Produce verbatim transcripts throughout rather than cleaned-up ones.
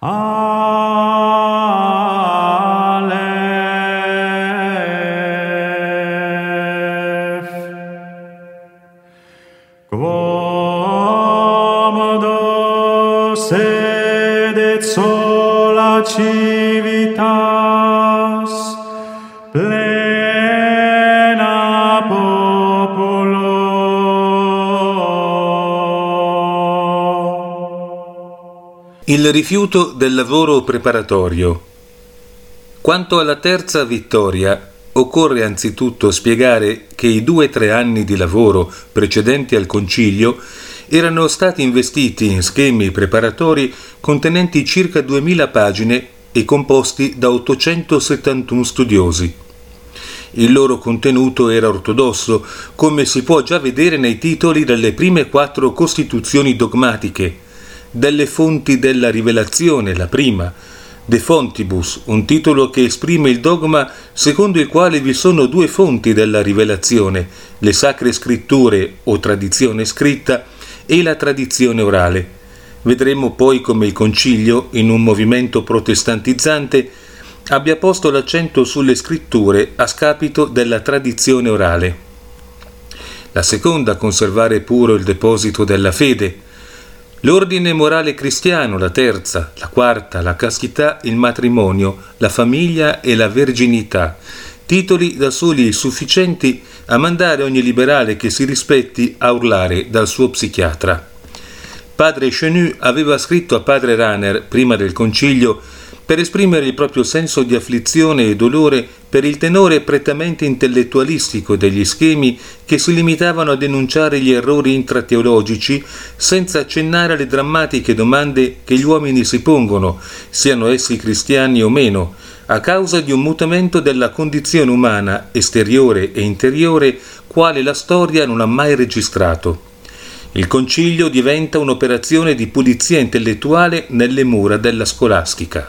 Aleph. Quomodo sedet sola civitas, plena populo. Il rifiuto del lavoro preparatorio. Quanto alla terza vittoria, occorre anzitutto spiegare che i due o tre anni di lavoro precedenti al concilio erano stati investiti in schemi preparatori contenenti circa duemila pagine e composti da ottocentosettantuno studiosi. Il loro contenuto era ortodosso, come si può già vedere nei titoli delle prime quattro costituzioni dogmatiche, delle fonti della rivelazione, la prima, De Fontibus, un titolo che esprime il dogma secondo il quale vi sono due fonti della rivelazione, le sacre scritture o tradizione scritta e la tradizione orale. Vedremo poi come il concilio, in un movimento protestantizzante, abbia posto l'accento sulle scritture a scapito della tradizione orale. La seconda a conservare puro il deposito della fede. L'ordine morale cristiano, la terza, la quarta, la castità, il matrimonio, la famiglia e la verginità, titoli da soli sufficienti a mandare ogni liberale che si rispetti a urlare dal suo psichiatra. Padre Chenu aveva scritto a padre Raner, prima del concilio, per esprimere il proprio senso di afflizione e dolore per il tenore prettamente intellettualistico degli schemi che si limitavano a denunciare gli errori intrateologici senza accennare alle drammatiche domande che gli uomini si pongono, siano essi cristiani o meno, a causa di un mutamento della condizione umana, esteriore e interiore, quale la storia non ha mai registrato. Il concilio diventa un'operazione di pulizia intellettuale nelle mura della scolastica.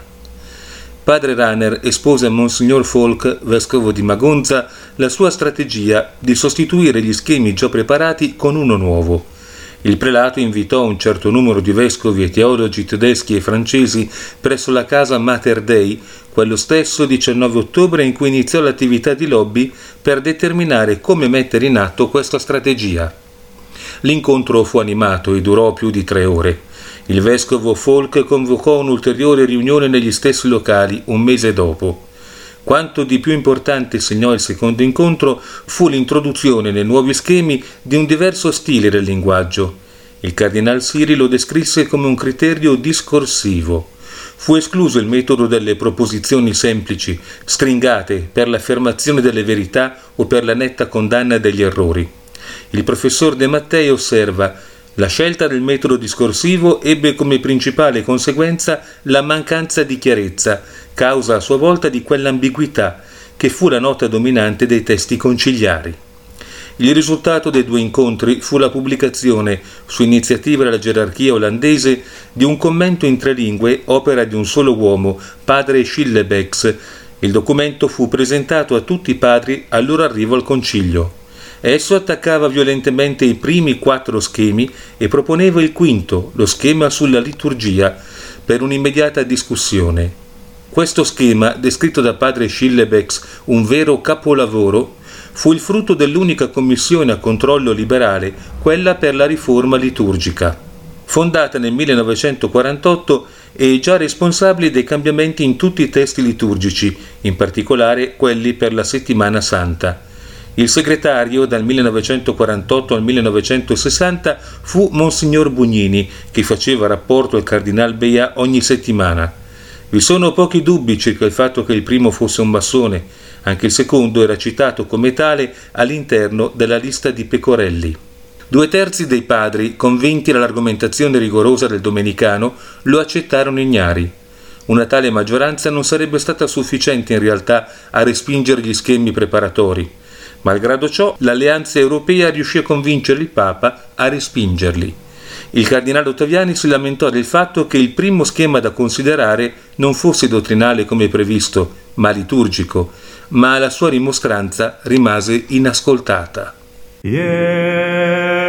Padre Raner espose a Monsignor Folk, vescovo di Magonza, la sua strategia di sostituire gli schemi già preparati con uno nuovo. Il prelato invitò un certo numero di vescovi e teologi tedeschi e francesi presso la casa Mater Dei, quello stesso diciannove ottobre in cui iniziò l'attività di lobby per determinare come mettere in atto questa strategia. L'incontro fu animato e durò più di tre ore. Il vescovo Folk convocò un'ulteriore riunione negli stessi locali un mese dopo. Quanto di più importante segnò il secondo incontro fu l'introduzione nei nuovi schemi di un diverso stile del linguaggio. Il cardinal Siri lo descrisse come un criterio discorsivo. Fu escluso il metodo delle proposizioni semplici, stringate per l'affermazione delle verità o per la netta condanna degli errori. Il professor De Mattei osserva: la scelta del metodo discorsivo ebbe come principale conseguenza la mancanza di chiarezza, causa a sua volta di quell'ambiguità che fu la nota dominante dei testi conciliari. Il risultato dei due incontri fu la pubblicazione, su iniziativa della gerarchia olandese, di un commento in tre lingue, opera di un solo uomo, padre Schillebeeckx. Il documento fu presentato a tutti i padri al loro arrivo al concilio. Esso attaccava violentemente i primi quattro schemi e proponeva il quinto, lo schema sulla liturgia, per un'immediata discussione. Questo schema, descritto da padre Schillebeeckx, un vero capolavoro, fu il frutto dell'unica commissione a controllo liberale, quella per la riforma liturgica. Fondata nel millenovecentoquarantotto e già responsabile dei cambiamenti in tutti i testi liturgici, in particolare quelli per la Settimana Santa. Il segretario, dal millenovecentoquarantotto al millenovecentosessanta, fu Monsignor Bugnini, che faceva rapporto al cardinal Bea ogni settimana. Vi sono pochi dubbi circa il fatto che il primo fosse un massone, anche il secondo era citato come tale all'interno della lista di Pecorelli. Due terzi dei padri, convinti dall'argomentazione rigorosa del domenicano, lo accettarono ignari. Una tale maggioranza non sarebbe stata sufficiente in realtà a respingere gli schemi preparatori. Malgrado ciò, l'Alleanza Europea riuscì a convincere il Papa a respingerli. Il cardinale Ottaviani si lamentò del fatto che il primo schema da considerare non fosse dottrinale come previsto, ma liturgico, ma la sua rimostranza rimase inascoltata.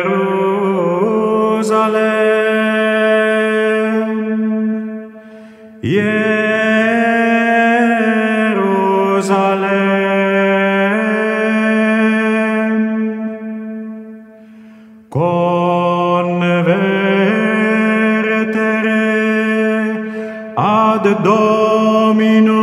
Gerusalemme, Ierusalem, convertere ad Domino